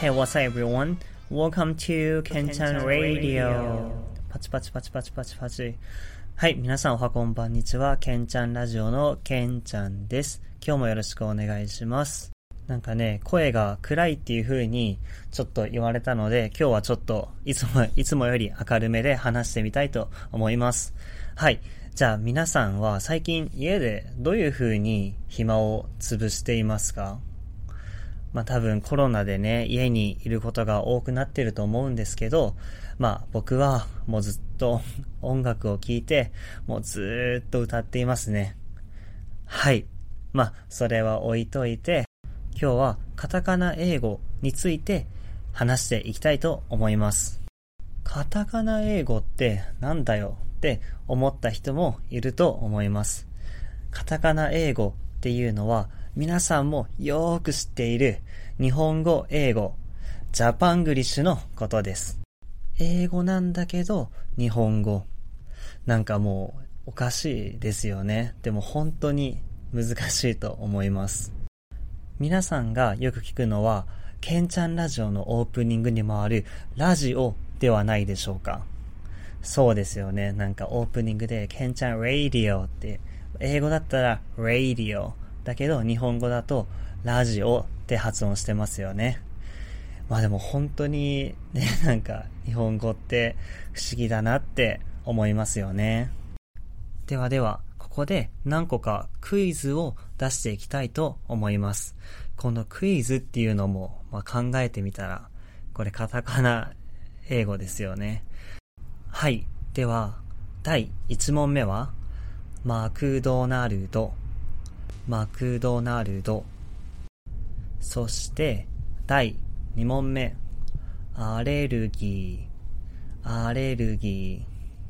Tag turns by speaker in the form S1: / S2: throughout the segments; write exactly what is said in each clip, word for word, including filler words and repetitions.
S1: Hey, what's up everyone? Welcome to ケンちゃん Radio. パチパチパチパチパチパチ。はい、皆さんおはこんばんにちは。ケンちゃんラジオのケンちゃんです。今日もよろしくお願いします。なんかね、声が暗いっていう風にちょっと言われたので、今日はちょっといつも、いつもより明るめで話してみたいと思います。はい。じゃあ皆さんは最近家でどういう風に暇を潰していますか？まあ多分コロナでね、家にいることが多くなってると思うんですけど、まあ僕はもうずっと音楽を聴いて、もうずーっと歌っていますね。はい。まあそれは置いといて、今日はカタカナ英語について話していきたいと思います。カタカナ英語ってなんだよって思った人もいると思います。カタカナ英語っていうのは皆さんもよーく知っている日本語、英語、ジャパングリッシュのことです。英語なんだけど日本語。なんかもうおかしいですよね。でも本当に難しいと思います。皆さんがよく聞くのはケンちゃんラジオのオープニングにもあるラジオではないでしょうか。そうですよね。なんかオープニングでケンちゃん Radio って英語だったら Radio だけど日本語だとラジオって発音してますよね。まあでも本当にね、なんか日本語って不思議だなって思いますよね。ではではここで何個かクイズを出していきたいと思います。このクイズっていうのも、まあ、考えてみたらこれカタカナ英語ですよね。はい。ではだいいち問目はマクドナルドマクドナルド。そしてだいに問目アレルギーアレルギー。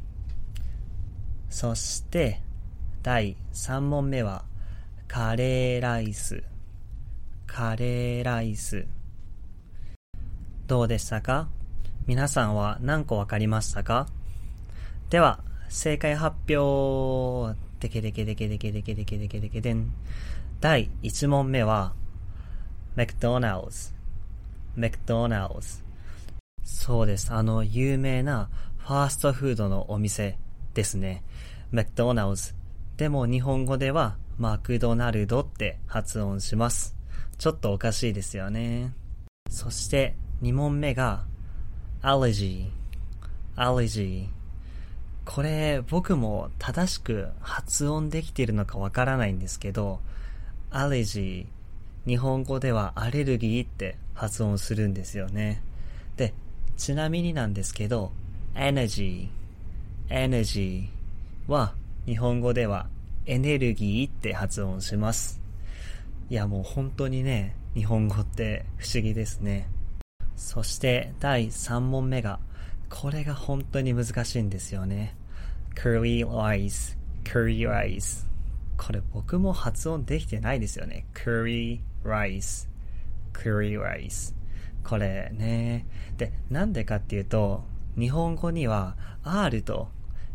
S1: そしてだいさん問目はカレーライスカレーライス。どうでしたか？皆さんは何個わかりましたか？では正解発表。でけでけでけでけでけでけでけでけでん。だいいち問目はマクドナルドマクドナルド。そうです。あの有名なファーストフードのお店ですね。マクドナルド。でも日本語ではマクドナルドって発音します。ちょっとおかしいですよね。そしてに問目がアレジーアレジー。これ僕も正しく発音できているのかわからないんですけど、アレジー、日本語ではアレルギーって発音するんですよね。で、ちなみになんですけど、エナジー、エナジーは日本語ではエネルギーって発音します。いやもう本当にね、日本語って不思議ですね。そしてだいさん問目が、これが本当に難しいんですよね。curry rice curry rice。 これ僕も発音できてないですよね。curry rice curry rice。 これね。で、なんでかっていうと、日本語には R と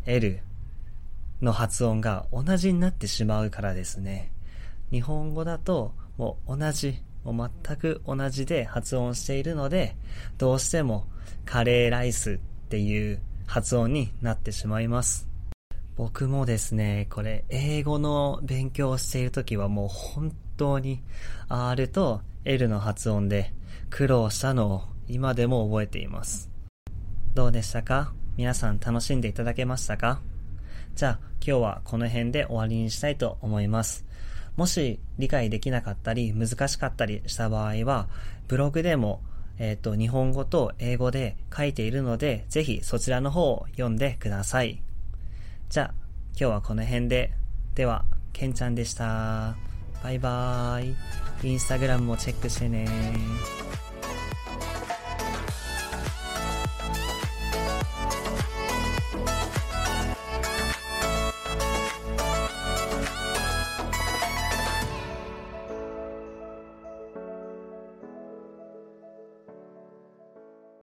S1: L の発音が同じになってしまうからですね。日本語だともう同じ、もう全く同じで発音しているので、どうしてもカレーライスっていう発音になってしまいます。僕もですね、これ英語の勉強をしているときはもう本当に R と L の発音で苦労したのを今でも覚えています。どうでしたか？皆さん楽しんでいただけましたか？じゃあ今日はこの辺で終わりにしたいと思います。もし理解できなかったり難しかったりした場合はブログでもえっと日本語と英語で書いているので、ぜひそちらの方を読んでください。じゃあ今日はこの辺で。ではケンちゃんでした。バイバーイ。インスタグラムもチェックしてね。